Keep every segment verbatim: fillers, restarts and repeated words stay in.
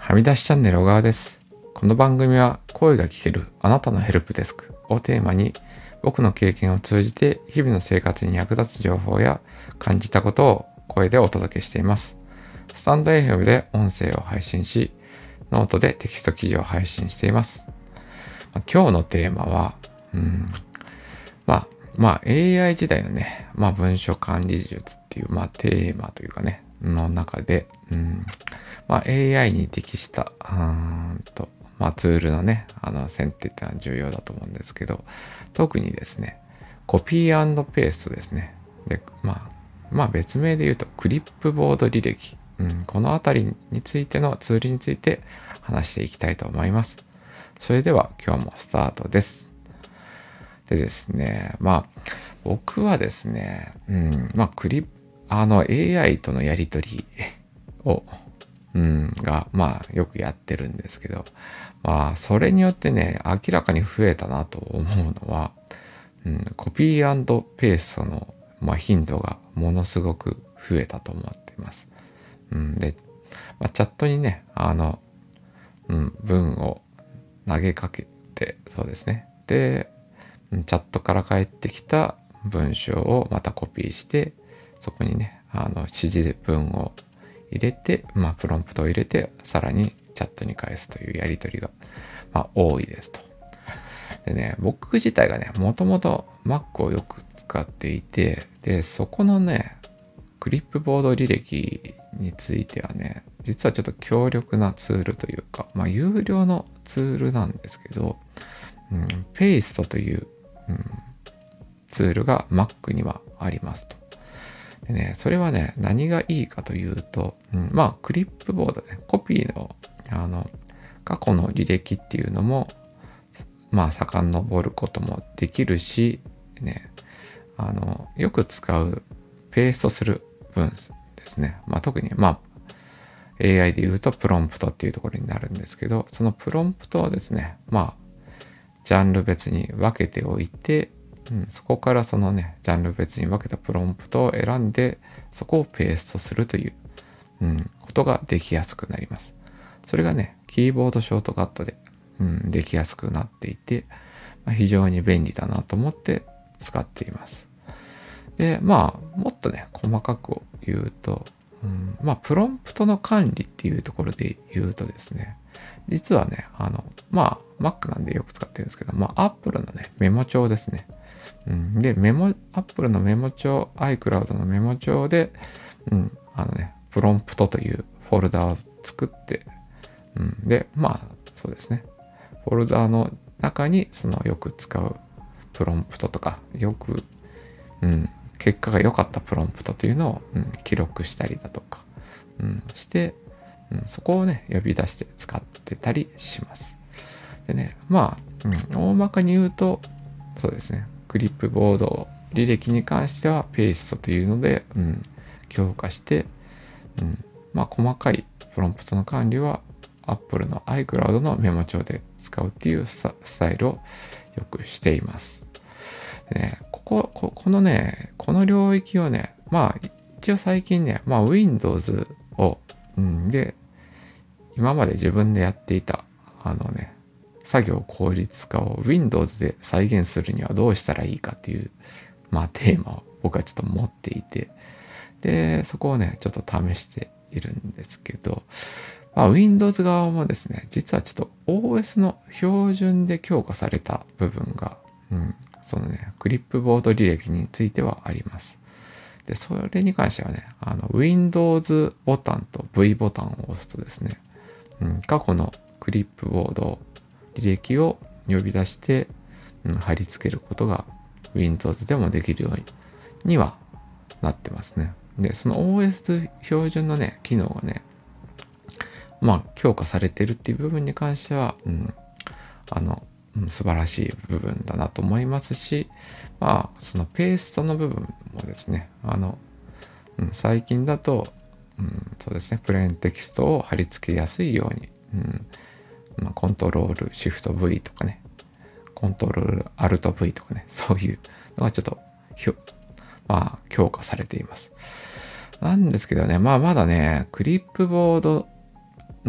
はみ出しチャンネル小川です。この番組は声が聞けるあなたのヘルプデスクをテーマに僕の経験を通じて日々の生活に役立つ情報や感じたことを声でお届けしています。スタンド エフエム で音声を配信し、ノートでテキスト記事を配信しています。今日のテーマは、うん、まあ、まあ エーアイ 時代のね、まあ文書管理術っていう、まあテーマというかね、の中で、うん、まあ エーアイ に適した、うーんと、まあツールのね、あの選定ってのは重要だと思うんですけど、特にですね、コピー&ペーストですね。で、まあ、まあ別名で言うとクリップボード履歴、うん、このあたりについてのツールについて話していきたいと思います。それでは今日もスタートです。でですね、まあ僕はですね、うん、まあクリあの エーアイ とのやりとりを、うん、がまあよくやってるんですけど、まあそれによってね、明らかに増えたなと思うのは、うん、コピー&ペーストの、まあ、頻度がものすごく増えたと思っています。うん、で、まあ、チャットにね、あの、うん、文を投げかけて、そうですね。で、チャットから返ってきた文章をまたコピーして、そこにね、あの指示文を入れて、まあ、プロンプトを入れて、さらにチャットに返すというやり取りが、まあ、多いですと。でね、僕自体がね、もともと Mac をよく使っていて、で、そこのね、クリップボード履歴についてはね、実はちょっと強力なツールというか、まあ、有料のツールなんですけど、うん、ペーストという、うん、ツールが Mac にはありますと。でね、それはね、何がいいかというと、うん、まあ、クリップボードね、コピーの、あの、過去の履歴っていうのも、まあ、遡ることもできるし、ね、あの、よく使うペーストする文ですね。まあ、特に、まあ、エーアイ で言うとプロンプトっていうところになるんですけど、そのプロンプトをですね、まあ、ジャンル別に分けておいて、うん、そこからそのね、ジャンル別に分けたプロンプトを選んで、そこをペーストするという、うん、ことができやすくなります。それがね、キーボードショートカットで、うん、できやすくなっていて、まあ、非常に便利だなと思って使っています。で、まあ、もっとね、細かく言うと、うん、まあ、プロンプトの管理っていうところで言うとですね、実はね、あの、まあ、Mac なんでよく使ってるんですけど、まあ、Apple のね、メモ帳ですね。うん、で、メモ、Apple のメモ帳、iCloud のメモ帳で、うん、あのね、プロンプトというフォルダを作って、うん、で、まあ、そうですね。フォルダの中に、そのよく使うプロンプトとか、よく、うん、結果が良かったプロンプトというのを、うん、記録したりだとか、うん、して、うん、そこをね、呼び出して使ってたりします。でね、まあ、うん、大まかに言うと、そうですね、クリップボード履歴に関してはペーストというので、うん、強化して、うん、まあ細かいプロンプトの管理は Apple の iCloud のメモ帳で使うっていうスタイルをよくしています。でね、ここ、ここのね、この領域をね、まあ一応最近ね、まあ Windows を、うん、で、今まで自分でやっていた、あのね、作業効率化を Windows で再現するにはどうしたらいいかっていう、まあテーマを僕はちょっと持っていて、で、そこをね、ちょっと試しているんですけど、まあ、Windows 側もですね、実はちょっと オーエス の標準で強化された部分が、うん、そのね、クリップボード履歴についてはあります。で、それに関してはね、あの、Windows ボタンと V ボタンを押すとですね、うん、過去のクリップボード履歴を呼び出して、うん、貼り付けることが Windows でもできるようににはなってますね。で、その オーエス 標準のね、機能がね、まあ、強化されてるっていう部分に関しては、うん、あの、うん、素晴らしい部分だなと思いますし、まあ、そのペーストの部分もですね、あの、うん、最近だと、うん、そうですね、プレーンテキストを貼り付けやすいように、うんまあ、コントロール、シフト V とかね、コントロール、アルト V とかね、そういうのがちょっと、まあ、強化されています。なんですけどね、まあ、まだね、クリップボードの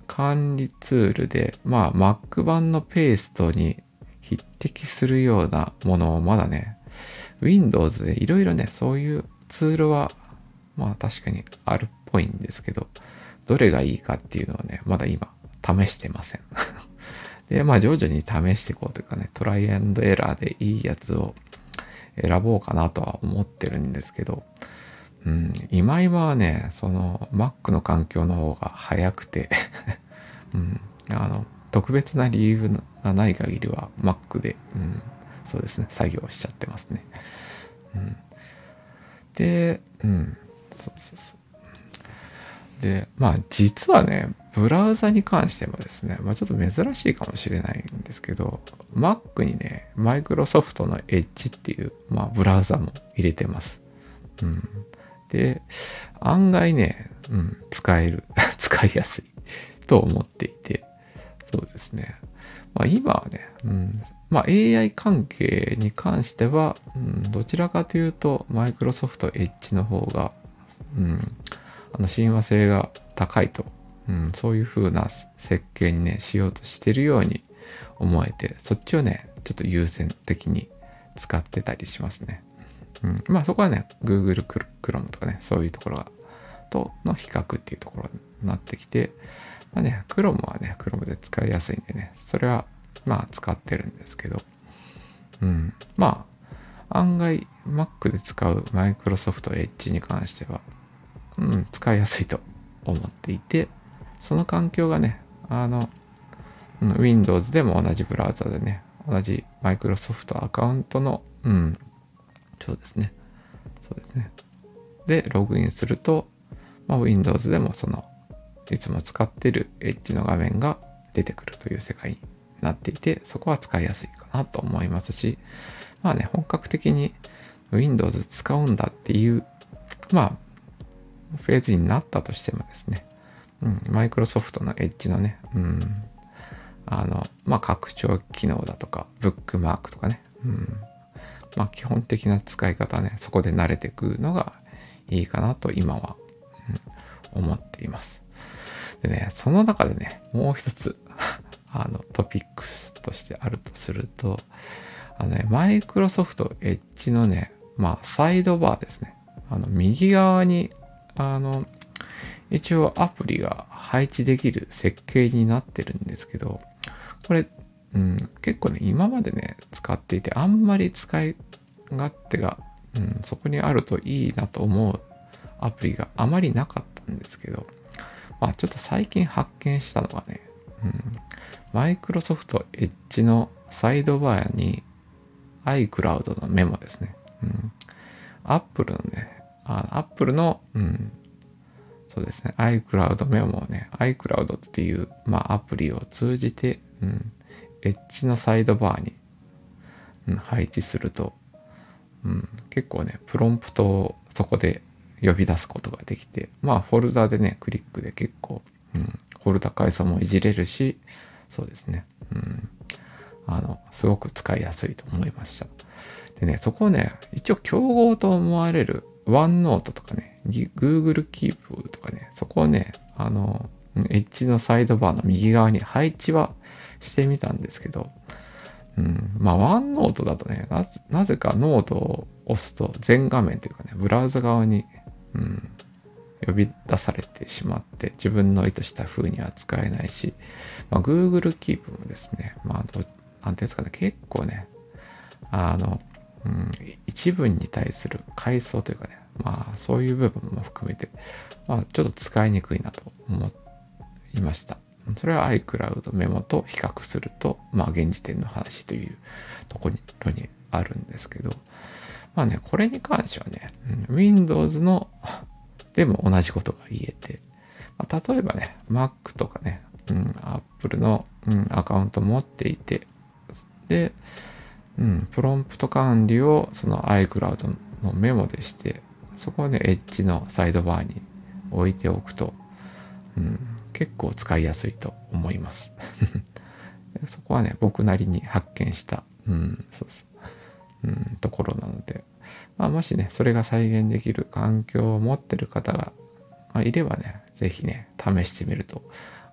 管理ツールで、まあ Mac 版のペーストに匹敵するようなものをまだね、Windows でいろいろね、そういうツールは、まあ確かにあるっぽいんですけど、どれがいいかっていうのはね、まだ今試してません。で、まあ徐々に試していこうというかね、トライアンドエラーでいいやつを選ぼうかなとは思ってるんですけど、うん、今今はね、その Mac の環境の方が早くて、うん、あの、特別な理由がない限りは Mac で、うん、そうですね、作業しちゃってますね。うん、で、うん、そうそうそう。で、まあ実はね、ブラウザに関してもですね、まあちょっと珍しいかもしれないんですけど、Mac にね、Microsoft の Edge っていう、まあブラウザも入れてます。うん、で、案外ね、うん、使える、使いやすいと思っていて、そうですね。まあ今はね、うん、まあ エーアイ 関係に関しては、うん、どちらかというと、Microsoft Edge の方が、うん、あの親和性が高いと、うん、そういう風な設計にね、しようとしてるように思えて、そっちをね、ちょっと優先的に使ってたりしますね。うん、まあそこはね、Google Chrome とかね、そういうところがとの比較っていうところになってきて、まあね、Chrome はね、Chrome で使いやすいんでね、それはまあ使ってるんですけど、うん、まあ案外 Mac で使う Microsoft Edge に関しては、うん、使いやすいと思っていて、その環境がね、あの、うん、Windows でも同じブラウザでね、同じ Microsoft アカウントの、うん、そうですね、そうですね。で、ログインすると、まあ、Windows でもその、いつも使ってる Edge の画面が出てくるという世界になっていて、そこは使いやすいかなと思いますし、まあね、本格的に Windows 使うんだっていう、まあ、フェーズになったとしてもですね、うん、マイクロソフトの Edge のね、うん、あの、まあ、拡張機能だとか、ブックマークとかね、うん、まあ、基本的な使い方はね、そこで慣れていくのがいいかなと今は、うん、思っています。でね、その中でね、もう一つあの、トピックスとしてあるとすると、あのね、マイクロソフト Edge のね、まあ、サイドバーですね。あの、右側に、あの、一応アプリが配置できる設計になってるんですけど、これ、うん、結構ね、今までね、使っていて、あんまり使い勝手が、うん、そこにあるといいなと思うアプリがあまりなかったんですけど、まあちょっと最近発見したのがね、うん、マイクロソフト Edge のサイドバーに iCloud のメモですね。うん、Apple のね、あ Apple の、うん、そうですね、iCloud メモをね、iCloud っていう、まあ、アプリを通じて、うん、Edge のサイドバーに、うん、配置すると、うん、結構ね、プロンプトをそこで呼び出すことができて、まあ、フォルダでね、クリックで結構、うん、フォルダ階層もいじれるし、そうですね、うん、あの、すごく使いやすいと思いました。でね、そこをね、一応競合と思われる OneNote とかね、Google Keep とかね、そこをね、あの、エッジのサイドバーの右側に配置はしてみたんですけど、うん、まあ、OneNote だとねな、なぜかノートを押すと全画面というかね、ブラウザ側に、うん、呼び出されてしまって、自分の意図した風には使えないし、まあ、Google Keep もですね、まあ、なんていうんですかね、結構ね、あの、うん、一文に対する階層というかね、まあそういう部分も含めて、まあちょっと使いにくいなと思いました。それは iCloud メモと比較すると、まあ現時点の話というところにあるんですけど、まあね、これに関してはね、うん、Windows のでも同じことが言えて、まあ、例えばね、Mac とかね、うん、Apple の、うん、アカウント持っていて、で、うん、プロンプト管理をその iCloud のメモでして、そこをね、エッジのサイドバーに置いておくと、うん、結構使いやすいと思います。そこはね、僕なりに発見した、うん、そうそう、うん、ところなので、まあ、もしね、それが再現できる環境を持ってる方が、まあ、いればね、ぜひね、試してみると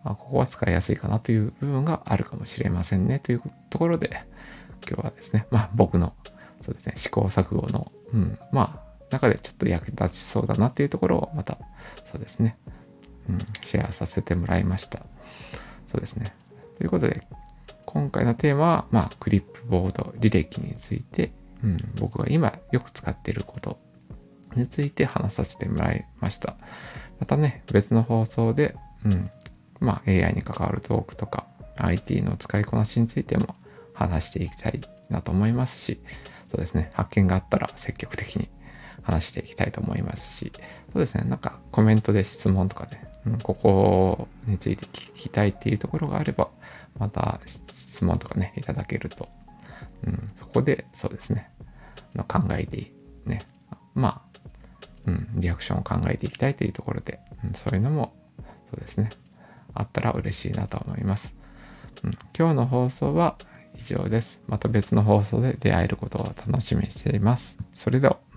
あ、ここは使いやすいかなという部分があるかもしれませんねというところで、今日はですね、まあ僕のそうですね、試行錯誤の、うん、まあ中でちょっと役立ちそうだなっていうところをまたそうですね、うん、シェアさせてもらいました。そうですね。ということで、今回のテーマは、まあ、クリップボード履歴について、うん、僕が今よく使っていることについて話させてもらいました。またね、別の放送で、うん、まあ、エーアイ に関わるトークとか、アイティー の使いこなしについても話していきたいなと思いますし、そうですね、発見があったら積極的に話していきたいと思いますし、そうですね、なんかコメントで質問とかで、うん、ここについて聞きたいっていうところがあれば、また質問とかね、いただけると、うん、そこでそうですね、考えてね、まあ、うん、リアクションを考えていきたいというところで、うん、そういうのもそうですね、あったら嬉しいなと思います。うん、今日の放送は以上です。また別の放送で出会えることを楽しみにしています。それでは。